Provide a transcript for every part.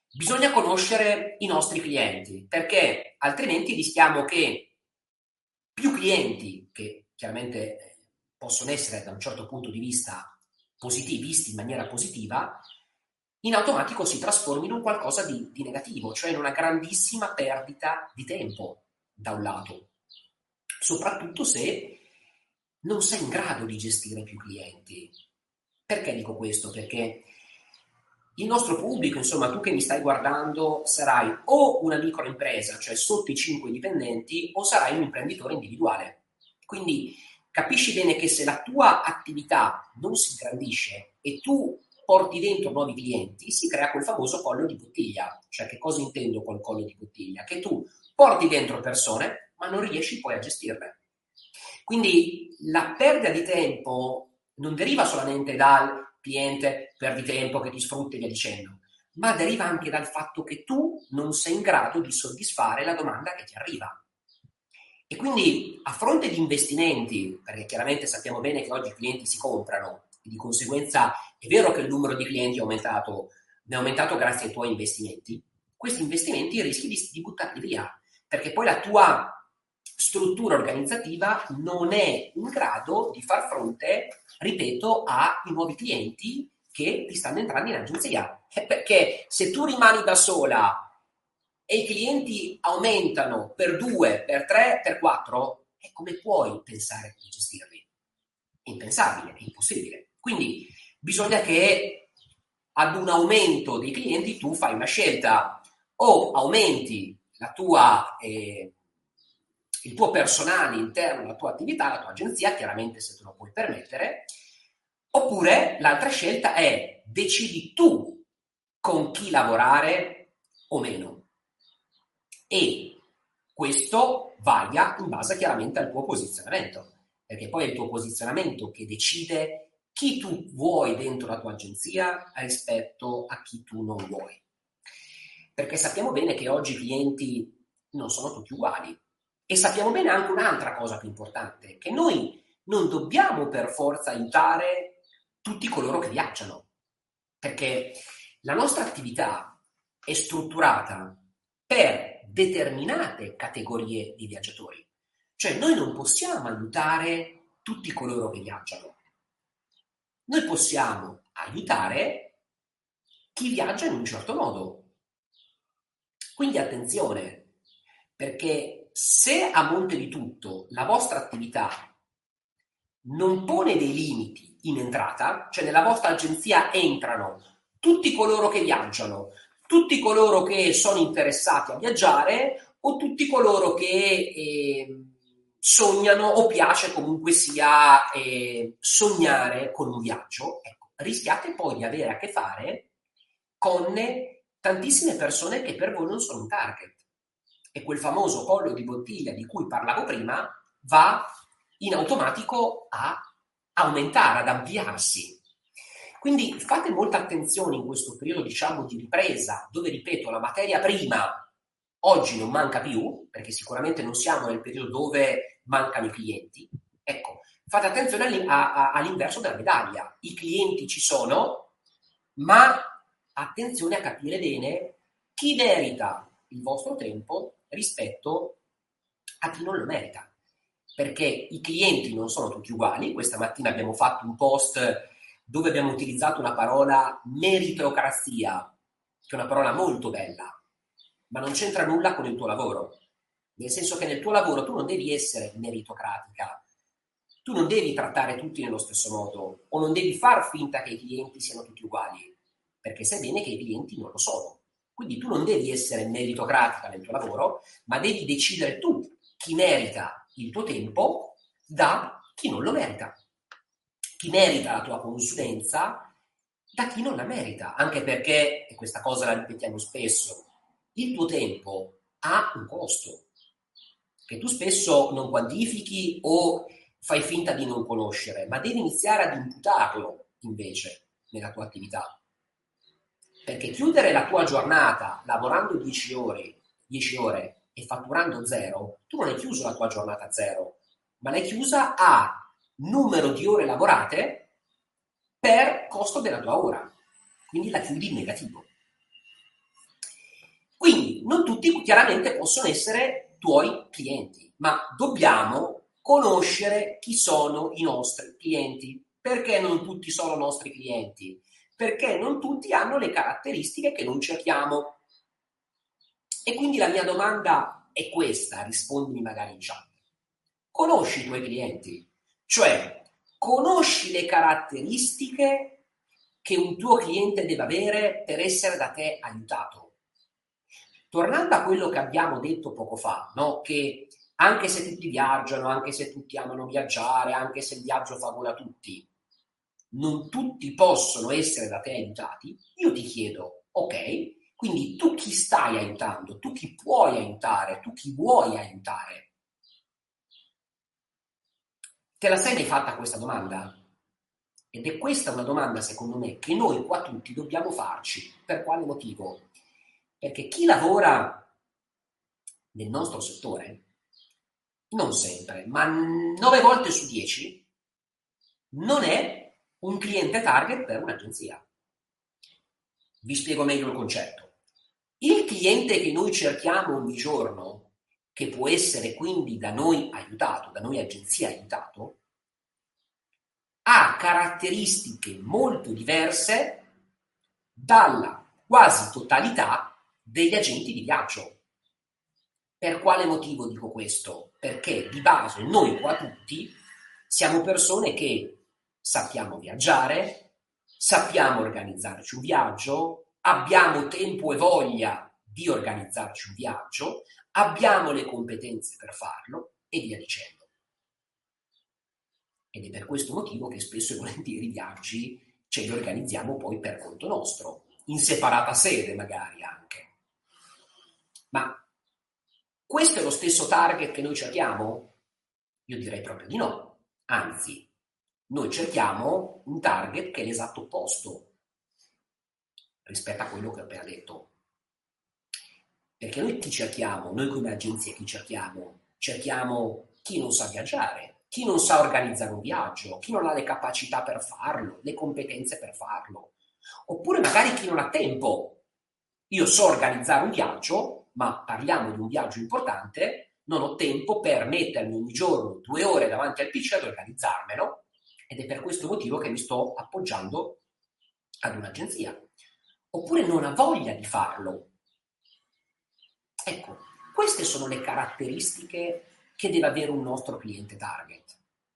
Bisogna conoscere i nostri clienti, perché altrimenti rischiamo che più clienti, che chiaramente possono essere da un certo punto di vista positivi, visti in maniera positiva, in automatico si trasformino in qualcosa di negativo, cioè in una grandissima perdita di tempo, da un lato, soprattutto se non sei in grado di gestire più clienti. Perché dico questo? Perché il nostro pubblico, insomma, tu che mi stai guardando, sarai o una microimpresa, cioè sotto i 5 dipendenti, o sarai un imprenditore individuale. Quindi capisci bene che se la tua attività non si ingrandisce e tu porti dentro nuovi clienti, si crea quel famoso collo di bottiglia. Cioè, che cosa intendo col collo di bottiglia? Che tu porti dentro persone, ma non riesci poi a gestirle. Quindi la perdita di tempo non deriva solamente dal cliente perdi tempo che ti sfrutta e via dicendo, ma deriva anche dal fatto che tu non sei in grado di soddisfare la domanda che ti arriva. E quindi a fronte di investimenti, perché chiaramente sappiamo bene che oggi i clienti si comprano e di conseguenza è vero che il numero di clienti è aumentato grazie ai tuoi investimenti, questi investimenti rischi di buttarli via, perché poi la tua struttura organizzativa non è in grado di far fronte, ripeto, ai nuovi clienti che ti stanno entrando in agenzia. Perché se tu rimani da sola e i clienti aumentano per 2, per 3, per 4, e come puoi pensare di gestirli? È impensabile, è impossibile. Quindi bisogna che ad un aumento dei clienti tu fai una scelta, o aumenti il tuo personale interno alla tua attività, alla tua agenzia, chiaramente se te lo puoi permettere, oppure l'altra scelta è decidi tu con chi lavorare o meno. E questo varia in base chiaramente al tuo posizionamento, perché poi è il tuo posizionamento che decide chi tu vuoi dentro la tua agenzia rispetto a chi tu non vuoi. Perché sappiamo bene che oggi i clienti non sono tutti uguali e sappiamo bene anche un'altra cosa più importante, che noi non dobbiamo per forza aiutare tutti coloro che viaggiano, perché la nostra attività è strutturata per determinate categorie di viaggiatori. Cioè noi non possiamo aiutare tutti coloro che viaggiano. Noi possiamo aiutare chi viaggia in un certo modo. Quindi attenzione, perché se a monte di tutto la vostra attività non pone dei limiti in entrata, cioè nella vostra agenzia entrano tutti coloro che viaggiano, tutti coloro che sono interessati a viaggiare o tutti coloro che sognano o piace comunque sia sognare con un viaggio, ecco, rischiate poi di avere a che fare con tantissime persone che per voi non sono un target. E quel famoso collo di bottiglia di cui parlavo prima va in automatico a aumentare, ad ampliarsi. Quindi fate molta attenzione in questo periodo, diciamo, di ripresa, dove, ripeto, la materia prima oggi non manca più, perché sicuramente non siamo nel periodo dove mancano i clienti. Ecco, fate attenzione all'inverso della medaglia. I clienti ci sono, ma attenzione a capire bene chi merita il vostro tempo rispetto a chi non lo merita. Perché i clienti non sono tutti uguali. Questa mattina abbiamo fatto un post dove abbiamo utilizzato una parola meritocrazia, che è una parola molto bella, ma non c'entra nulla con il tuo lavoro. Nel senso che nel tuo lavoro tu non devi essere meritocratica, tu non devi trattare tutti nello stesso modo o non devi far finta che i clienti siano tutti uguali, perché sai bene che i clienti non lo sono. Quindi tu non devi essere meritocratica nel tuo lavoro, ma devi decidere tu chi merita il tuo tempo da chi non lo merita. Chi merita la tua consulenza da chi non la merita, anche perché, e questa cosa la ripetiamo spesso, il tuo tempo ha un costo che tu spesso non quantifichi o fai finta di non conoscere, ma devi iniziare ad imputarlo invece nella tua attività. Perché chiudere la tua giornata lavorando 10 ore e fatturando zero, tu non hai chiuso la tua giornata a zero, ma l'hai chiusa a numero di ore lavorate per costo della tua ora. Quindi la chiudi in negativo. tutti chiaramente possono essere tuoi clienti, ma dobbiamo conoscere chi sono i nostri clienti. Perché non tutti sono nostri clienti? Perché non tutti hanno le caratteristiche che noi cerchiamo. E quindi la mia domanda è questa, rispondimi magari in chat. Conosci i tuoi clienti? Cioè, conosci le caratteristiche che un tuo cliente deve avere per essere da te aiutato? Tornando a quello che abbiamo detto poco fa, no? Che anche se tutti viaggiano, anche se tutti amano viaggiare, anche se il viaggio fa gola a tutti, non tutti possono essere da te aiutati, io ti chiedo, ok, quindi tu chi stai aiutando, tu chi puoi aiutare, tu chi vuoi aiutare? Te la sei mai fatta questa domanda? Ed è questa una domanda, secondo me, che noi qua tutti dobbiamo farci. Per quale motivo? Perché chi lavora nel nostro settore, non sempre, ma 9 volte su 10, non è un cliente target per un'agenzia. Vi spiego meglio il concetto. Il cliente che noi cerchiamo ogni giorno, che può essere quindi da noi aiutato, da noi agenzia aiutato, ha caratteristiche molto diverse dalla quasi totalità degli agenti di viaggio. Per quale motivo dico questo? Perché di base noi qua tutti siamo persone che sappiamo viaggiare, sappiamo organizzarci un viaggio, abbiamo tempo e voglia di organizzarci un viaggio, abbiamo le competenze per farlo e via dicendo. Ed è per questo motivo che spesso e volentieri i viaggi ce li organizziamo poi per conto nostro, in separata sede magari anche. Ma questo è lo stesso target che noi cerchiamo? Io direi proprio di no. Anzi, noi cerchiamo un target che è l'esatto opposto rispetto a quello che ho appena detto. Perché noi chi cerchiamo? Noi come agenzie chi cerchiamo? Cerchiamo chi non sa viaggiare, chi non sa organizzare un viaggio, chi non ha le capacità per farlo, le competenze per farlo. Oppure magari chi non ha tempo. Io so organizzare un viaggio, ma parliamo di un viaggio importante, non ho tempo per mettermi ogni giorno 2 ore davanti al PC ad organizzarmelo, ed è per questo motivo che mi sto appoggiando ad un'agenzia. Oppure non ha voglia di farlo. Ecco, queste sono le caratteristiche che deve avere un nostro cliente target.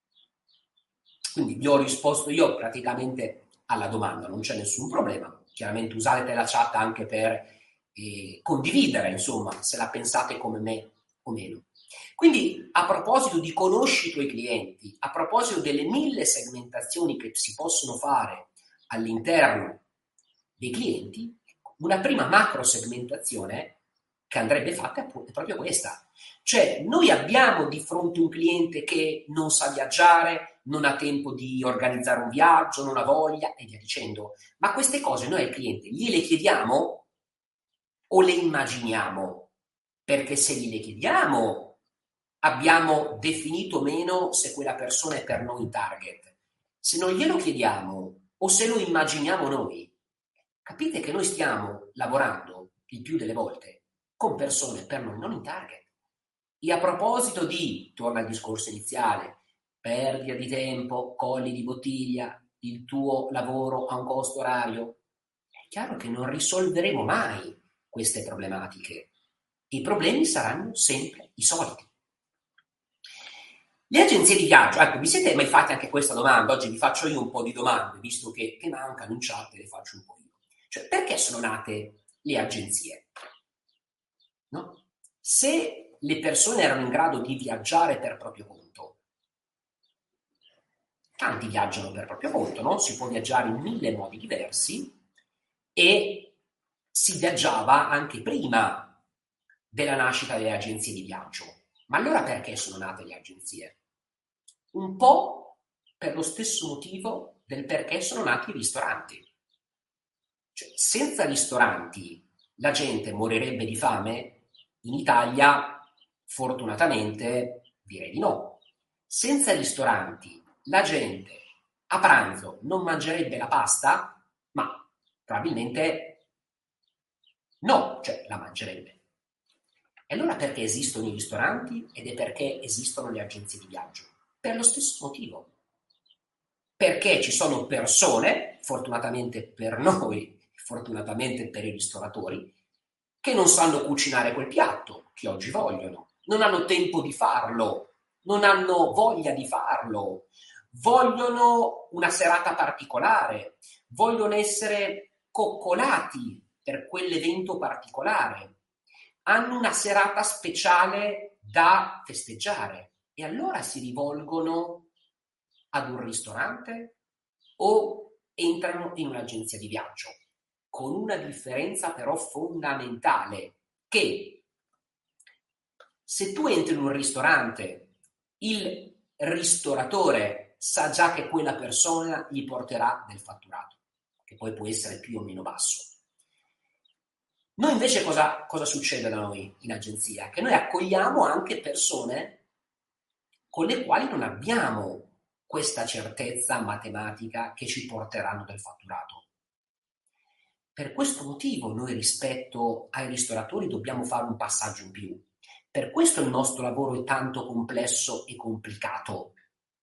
Quindi vi ho risposto io praticamente alla domanda, non c'è nessun problema. Chiaramente usate la chat anche per condividere, insomma, se la pensate come me o meno. Quindi, a proposito di conosci i tuoi clienti, a proposito delle 1000 segmentazioni che si possono fare all'interno dei clienti, una prima macro segmentazione che andrebbe fatta è proprio questa. Cioè, noi abbiamo di fronte un cliente che non sa viaggiare, non ha tempo di organizzare un viaggio, non ha voglia e via dicendo. Ma queste cose noi al cliente gliele chiediamo o le immaginiamo? Perché se gliele chiediamo abbiamo definito meno se quella persona è per noi target. Se non glielo chiediamo o se lo immaginiamo noi, capite che noi stiamo lavorando il più delle volte con persone per noi non in target. E a proposito di, torna al discorso iniziale, perdita di tempo, colli di bottiglia, il tuo lavoro a un costo orario, è chiaro che non risolveremo mai queste problematiche. I problemi saranno sempre i soliti. Le agenzie di viaggio, ecco, vi siete mai fatti anche questa domanda? Oggi vi faccio io un po' di domande, visto che mancano in chat, le faccio un po' io. Cioè, perché sono nate le agenzie? No? Se le persone erano in grado di viaggiare per proprio conto, tanti viaggiano per proprio conto, no? Si può viaggiare in 1000 modi diversi e si viaggiava anche prima della nascita delle agenzie di viaggio. Ma allora perché sono nate le agenzie? Un po' per lo stesso motivo del perché sono nati i ristoranti. Cioè, senza ristoranti la gente morirebbe di fame? In Italia, fortunatamente, direi di no. Senza ristoranti la gente a pranzo non mangerebbe la pasta? Ma probabilmente no, cioè la mangerebbe. E allora perché esistono i ristoranti ed è perché esistono le agenzie di viaggio? Per lo stesso motivo. Perché ci sono persone, fortunatamente per noi, fortunatamente per i ristoratori, che non sanno cucinare quel piatto che oggi vogliono, non hanno tempo di farlo, non hanno voglia di farlo, vogliono una serata particolare, vogliono essere coccolati per quell'evento particolare, hanno una serata speciale da festeggiare e allora si rivolgono ad un ristorante o entrano in un'agenzia di viaggio, con una differenza però fondamentale, che se tu entri in un ristorante, il ristoratore sa già che quella persona gli porterà del fatturato, che poi può essere più o meno basso. Noi invece cosa succede da noi in agenzia? Che noi accogliamo anche persone con le quali non abbiamo questa certezza matematica che ci porteranno del fatturato. Per questo motivo noi rispetto ai ristoratori dobbiamo fare un passaggio in più. Per questo il nostro lavoro è tanto complesso e complicato.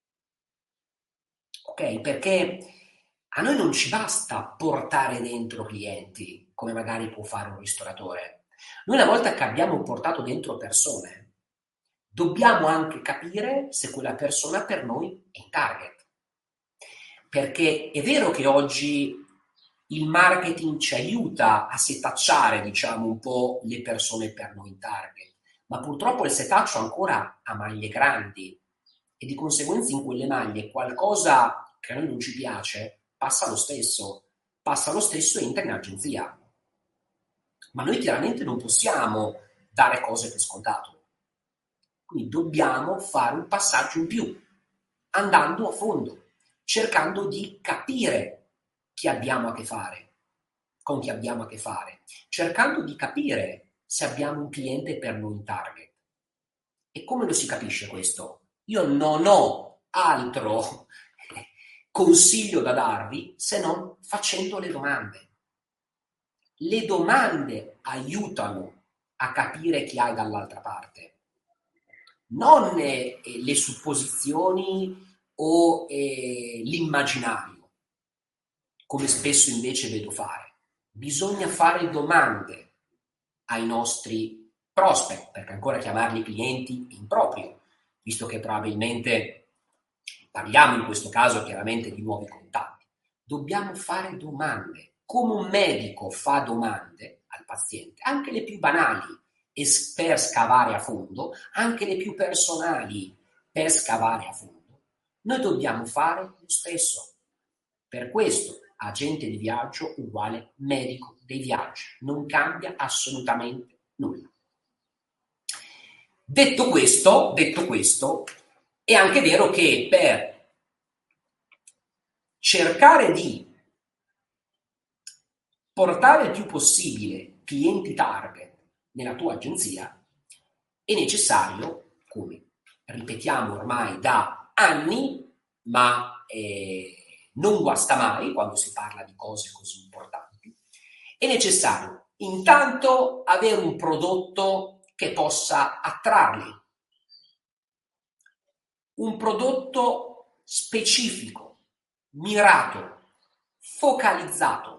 Ok? Perché a noi non ci basta portare dentro clienti, come magari può fare un ristoratore. Noi una volta che abbiamo portato dentro persone, dobbiamo anche capire se quella persona per noi è in target. Perché è vero che oggi il marketing ci aiuta a setacciare, diciamo, un po' le persone per noi in target, ma purtroppo il setaccio ancora ha maglie grandi e di conseguenza in quelle maglie qualcosa che a noi non ci piace passa lo stesso e entra in agenzia. Ma noi chiaramente non possiamo dare cose per scontato. Quindi dobbiamo fare un passaggio in più, andando a fondo, cercando di capire chi abbiamo a che fare, con chi abbiamo a che fare, cercando di capire se abbiamo un cliente per noi in target. E come lo si capisce questo? Io non ho altro consiglio da darvi se non facendo le domande. Le domande aiutano a capire chi hai dall'altra parte, non le supposizioni o l'immaginario, come spesso invece vedo fare. Bisogna fare domande ai nostri prospect, perché ancora chiamarli clienti è improprio, visto che probabilmente parliamo in questo caso chiaramente di nuovi contatti. Dobbiamo fare domande, come un medico fa domande al paziente, anche le più banali, per scavare a fondo, anche le più personali per scavare a fondo. Noi dobbiamo fare lo stesso. Per questo, agente di viaggio uguale medico dei viaggi. Non cambia assolutamente nulla. Detto questo, è anche vero che per cercare di portare il più possibile clienti target nella tua agenzia è necessario, come ripetiamo ormai da anni, ma non guasta mai quando si parla di cose così importanti, è necessario intanto avere un prodotto che possa attrarli, un prodotto specifico, mirato, focalizzato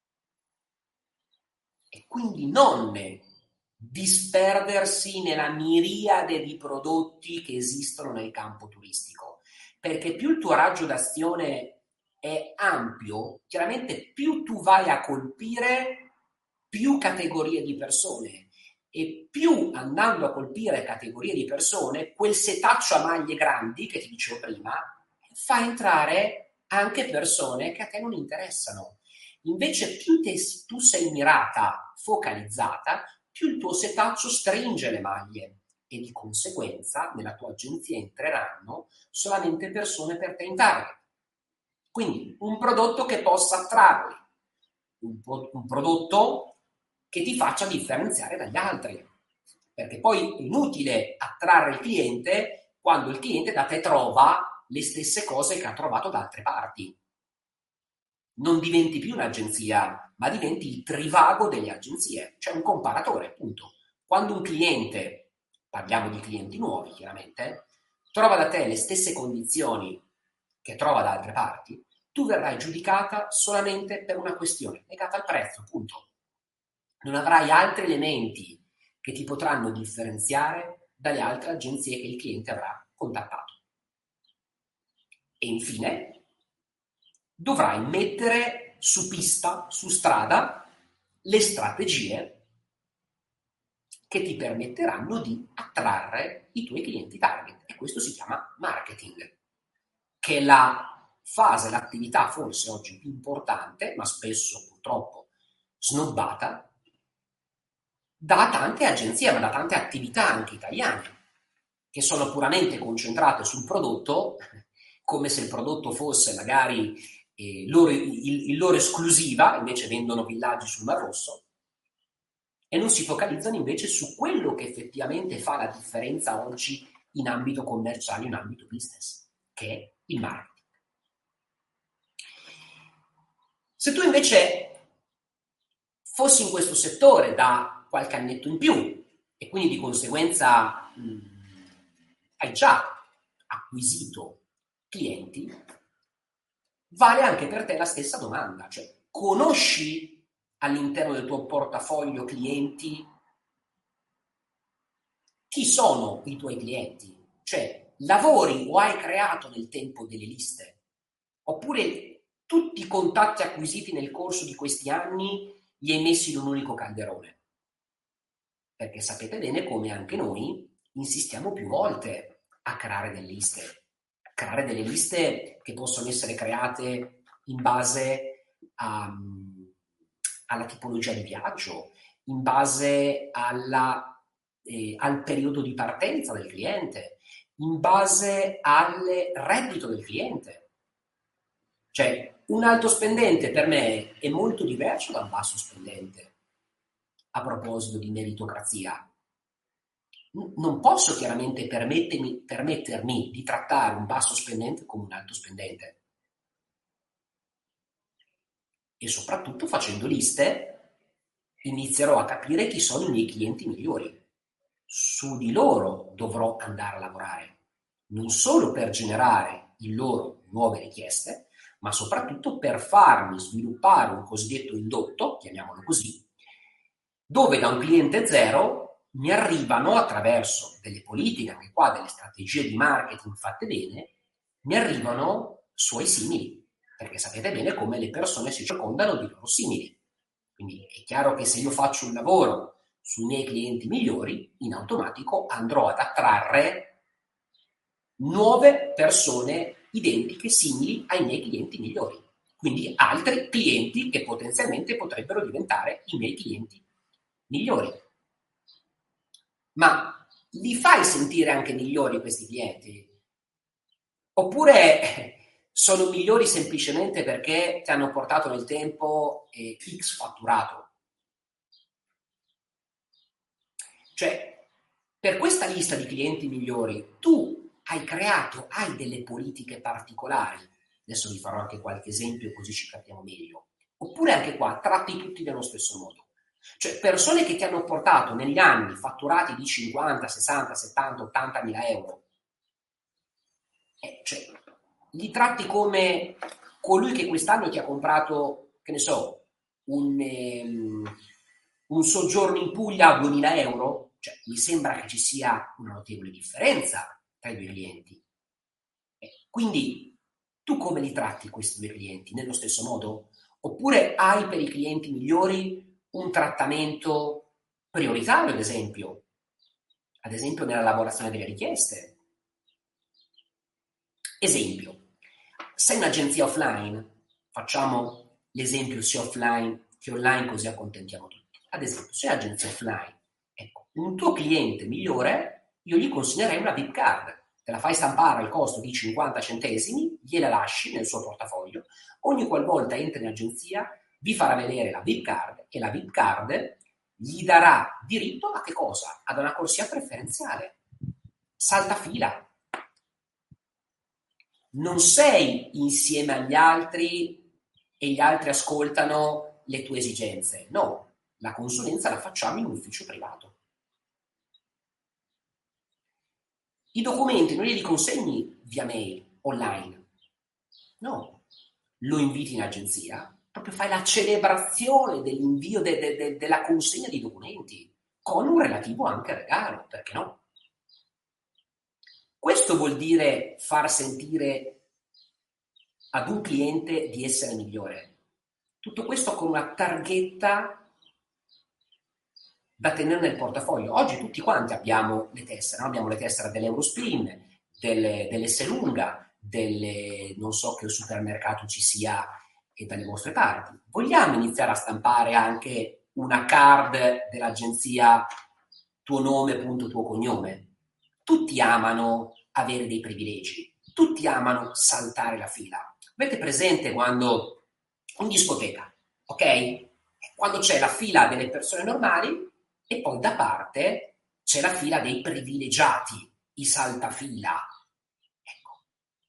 e quindi non disperdersi nella miriade di prodotti che esistono nel campo turistico, perché più il tuo raggio d'azione è ampio, chiaramente più tu vai a colpire più categorie di persone e più andando a colpire categorie di persone, quel setaccio a maglie grandi che ti dicevo prima fa entrare anche persone che a te non interessano. Invece più tu sei mirata, focalizzata, più il tuo setaccio stringe le maglie e di conseguenza nella tua agenzia entreranno solamente persone per te in target. Quindi un prodotto che possa attrarli, un prodotto che ti faccia differenziare dagli altri, perché poi è inutile attrarre il cliente quando il cliente da te trova le stesse cose che ha trovato da altre parti. Non diventi più un'agenzia, ma diventi il trivago delle agenzie, cioè un comparatore, appunto. quando un cliente, parliamo di clienti nuovi chiaramente, trova da te le stesse condizioni che trova da altre parti, tu verrai giudicata solamente per una questione legata al prezzo, punto. Non avrai altri elementi che ti potranno differenziare dalle altre agenzie che il cliente avrà contattato. E infine dovrai mettere su pista, su strada, le strategie che ti permetteranno di attrarre i tuoi clienti target. E questo si chiama marketing, che è la fase, l'attività forse oggi più importante, ma spesso purtroppo snobbata, da tante agenzie, ma da tante attività anche italiane, che sono puramente concentrate sul prodotto, come se il prodotto fosse magari il loro esclusiva, invece vendono villaggi sul Mar Rosso, e non si focalizzano invece su quello che effettivamente fa la differenza oggi in ambito commerciale, in ambito business, che è il marketing. Se tu invece fossi in questo settore da qualche annetto in più e quindi di conseguenza hai già acquisito clienti, vale anche per te la stessa domanda, cioè conosci all'interno del tuo portafoglio clienti chi sono i tuoi clienti? Cioè lavori o hai creato nel tempo delle liste? Oppure tutti i contatti acquisiti nel corso di questi anni li hai messi in un unico calderone? Perché sapete bene come anche noi insistiamo più volte a creare delle liste che possono essere create in base alla tipologia di viaggio, in base al periodo di partenza del cliente, in base al reddito del cliente. Cioè, un alto spendente per me è molto diverso da un basso spendente. A proposito di meritocrazia, non posso chiaramente permettermi di trattare un basso spendente come un alto spendente. E soprattutto facendo liste inizierò a capire chi sono i miei clienti migliori. Su di loro dovrò andare a lavorare, non solo per generare in loro nuove richieste, ma soprattutto per farmi sviluppare un cosiddetto indotto, chiamiamolo così, dove da un cliente zero mi arrivano attraverso delle politiche, anche qua delle strategie di marketing fatte bene, mi arrivano suoi simili, perché sapete bene come le persone si circondano di loro simili. Quindi è chiaro che se io faccio un lavoro sui miei clienti migliori, in automatico andrò ad attrarre nuove persone identiche, simili ai miei clienti migliori. Quindi altri clienti che potenzialmente potrebbero diventare i miei clienti migliori. Ma li fai sentire anche migliori questi clienti? Oppure sono migliori semplicemente perché ti hanno portato nel tempo X fatturato? Cioè, per questa lista di clienti migliori, tu hai delle politiche particolari. Adesso vi farò anche qualche esempio così ci capiamo meglio. Oppure anche qua tratti tutti nello stesso modo. Cioè, persone che ti hanno portato negli anni fatturati di 50, 60, 70, 80 mila euro, cioè, li tratti come colui che quest'anno ti ha comprato, che ne so, un soggiorno in Puglia a 2000 euro? Cioè, mi sembra che ci sia una notevole differenza tra i due clienti. Quindi, tu come li tratti questi due clienti? Nello stesso modo? Oppure hai per i clienti migliori un trattamento prioritario, ad esempio nella lavorazione delle richieste? Esempio, sei un'agenzia offline, facciamo l'esempio sia offline che online così accontentiamo tutti. Ad esempio, sei un'agenzia offline, ecco, un tuo cliente migliore, io gli consiglierei una VIP card, te la fai stampare al costo di 50 centesimi, gliela lasci nel suo portafoglio, ogni qualvolta entra in agenzia vi farà vedere la VIP card e la VIP card gli darà diritto a che cosa? Ad una corsia preferenziale, salta fila. Non sei insieme agli altri e gli altri ascoltano le tue esigenze. No, la consulenza la facciamo in un ufficio privato. I documenti non glieli consegni via mail, online. No, lo inviti in agenzia, proprio fai la celebrazione dell'invio della consegna di documenti, con un relativo anche regalo, perché no? Questo vuol dire far sentire ad un cliente di essere migliore. Tutto questo con una targhetta da tenere nel portafoglio. Oggi tutti quanti abbiamo le tessere, no? Abbiamo le tessere dell'Eurospin, dell'Esselunga, non so che supermercato ci sia e dalle vostre parti. Vogliamo iniziare a stampare anche una card dell'agenzia tuo nome, punto, tuo cognome? Tutti amano avere dei privilegi, tutti amano saltare la fila. Avete presente quando in discoteca, ok? Quando c'è la fila delle persone normali e poi da parte c'è la fila dei privilegiati, i saltafila. Ecco.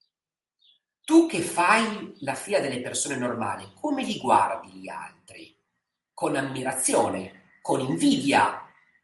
Tu che fai la fila delle persone normali, come li guardi gli altri? Con ammirazione, con invidia.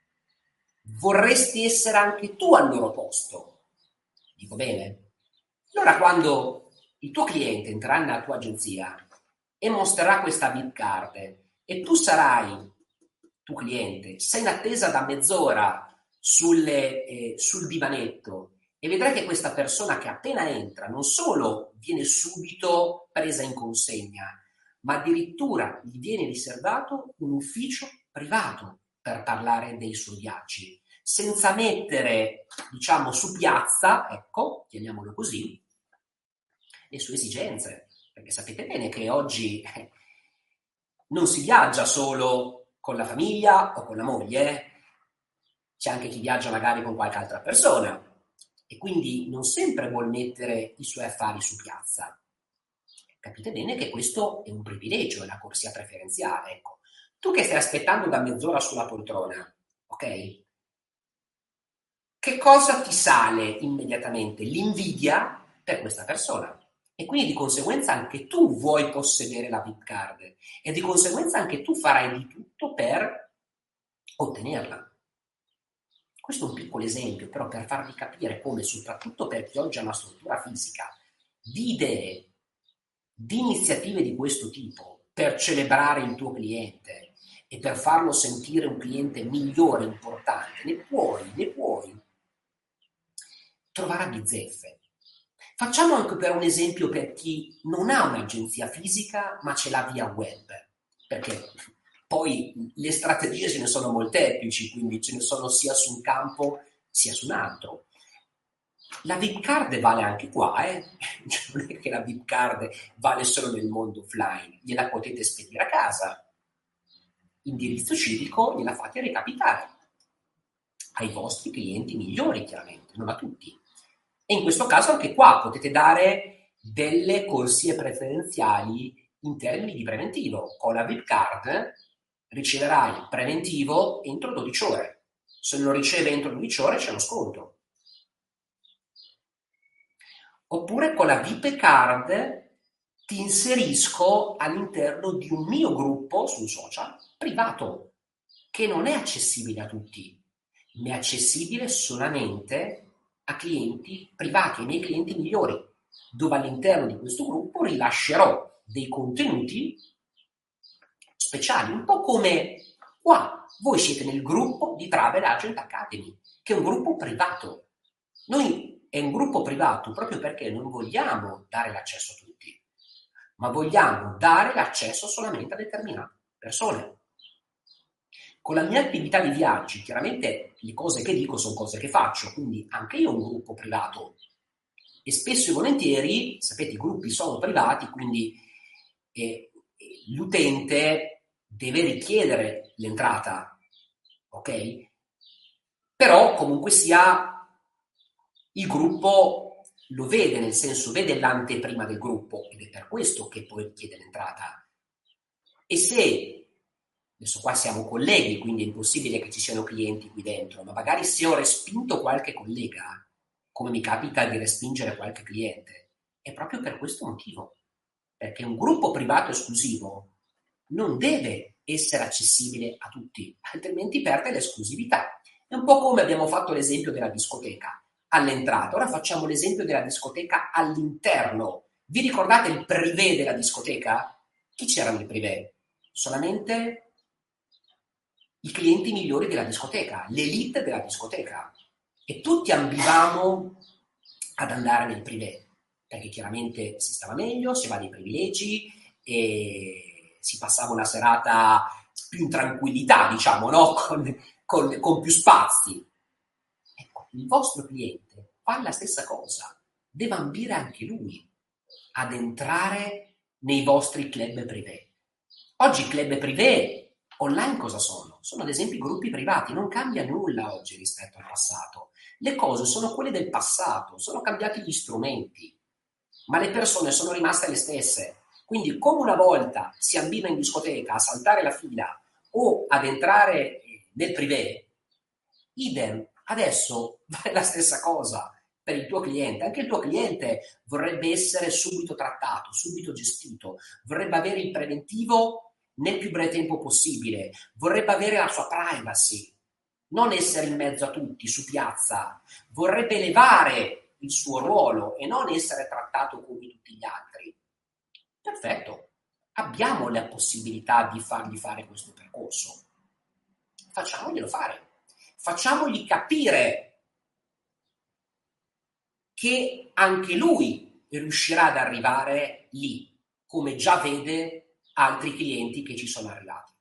Vorresti essere anche tu al loro posto. Dico bene? Allora quando il tuo cliente entrerà nella tua agenzia e mostrerà questa VIP card e tu sarai, tu cliente, sei in attesa da mezz'ora sul divanetto e vedrai che questa persona che appena entra non solo viene subito presa in consegna, ma addirittura gli viene riservato un ufficio privato per parlare dei suoi viaggi, senza mettere, diciamo, su piazza, ecco, chiamiamolo così, le sue esigenze, perché sapete bene che oggi non si viaggia solo con la famiglia o con la moglie, c'è anche chi viaggia magari con qualche altra persona e quindi non sempre vuol mettere i suoi affari su piazza. Capite bene che questo è un privilegio, è una corsia preferenziale. Ecco. Tu che stai aspettando da mezz'ora sulla poltrona, ok? Che cosa ti sale immediatamente? L'invidia per questa persona. E quindi di conseguenza anche tu vuoi possedere la VIP card e di conseguenza anche tu farai di tutto per ottenerla. Questo è un piccolo esempio, però per farvi capire come, soprattutto per chi oggi ha una struttura fisica, di idee, di iniziative di questo tipo per celebrare il tuo cliente e per farlo sentire un cliente migliore, importante, ne puoi trovare a bizzeffe. Facciamo anche per un esempio per chi non ha un'agenzia fisica ma ce l'ha via web, perché poi le strategie ce ne sono molteplici, quindi ce ne sono sia su un campo sia su un altro. La VIP card vale anche qua, non è che la VIP card vale solo nel mondo offline, gliela potete spedire a casa, indirizzo civico gliela fate recapitare ai vostri clienti migliori, chiaramente, non a tutti. E in questo caso anche qua potete dare delle corsie preferenziali in termini di preventivo. Con la VIP card riceverai il preventivo entro 12 ore. Se non lo riceve entro 12 ore c'è uno sconto. Oppure con la VIP card ti inserisco all'interno di un mio gruppo su un social privato che non è accessibile a tutti, ma è accessibile solamente a clienti privati, ai miei clienti migliori, dove all'interno di questo gruppo rilascerò dei contenuti speciali, un po' come qua, voi siete nel gruppo di Travel Agent Academy, che è un gruppo privato. Noi è un gruppo privato proprio perché non vogliamo dare l'accesso a tutti, ma vogliamo dare l'accesso solamente a determinate persone. Con la mia attività di viaggi, chiaramente le cose che dico sono cose che faccio, quindi anche io ho un gruppo privato e spesso e volentieri, sapete, i gruppi sono privati, quindi l'utente deve richiedere l'entrata, ok? Però comunque sia il gruppo lo vede, nel senso vede l'anteprima del gruppo ed è per questo che poi chiede l'entrata. E se, adesso qua siamo colleghi, quindi è impossibile che ci siano clienti qui dentro, ma magari se ho respinto qualche collega, come mi capita di respingere qualche cliente, è proprio per questo motivo, perché un gruppo privato esclusivo non deve essere accessibile a tutti, altrimenti perde l'esclusività. È un po' come abbiamo fatto l'esempio della discoteca. all'entrata. Ora facciamo l'esempio della discoteca all'interno. Vi ricordate il privé della discoteca? Chi c'era nel privé? Solamente i clienti migliori della discoteca, l'elite della discoteca. E tutti ambivamo ad andare nel privé, perché chiaramente si stava meglio, si aveva dei privilegi e si passava una serata più in tranquillità, diciamo, no? Con più spazi. Ecco, il vostro cliente fa la stessa cosa, deve ambire anche lui ad entrare nei vostri club privé. Oggi i club privé online cosa sono? Sono ad esempio i gruppi privati, non cambia nulla oggi rispetto al passato. Le cose sono quelle del passato, sono cambiati gli strumenti, ma le persone sono rimaste le stesse. Quindi come una volta si ambiva in discoteca a saltare la fila o ad entrare nel privé, idem, adesso vale la stessa cosa per il tuo cliente. Anche il tuo cliente vorrebbe essere subito trattato, subito gestito, vorrebbe avere il preventivo nel più breve tempo possibile, vorrebbe avere la sua privacy, non essere in mezzo a tutti, su piazza, vorrebbe elevare il suo ruolo e non essere trattato come tutti gli altri. Perfetto, abbiamo la possibilità di fargli fare questo percorso. Facciamoglielo fare, facciamogli capire che anche lui riuscirà ad arrivare lì, come già vede altri clienti che ci sono arrivati.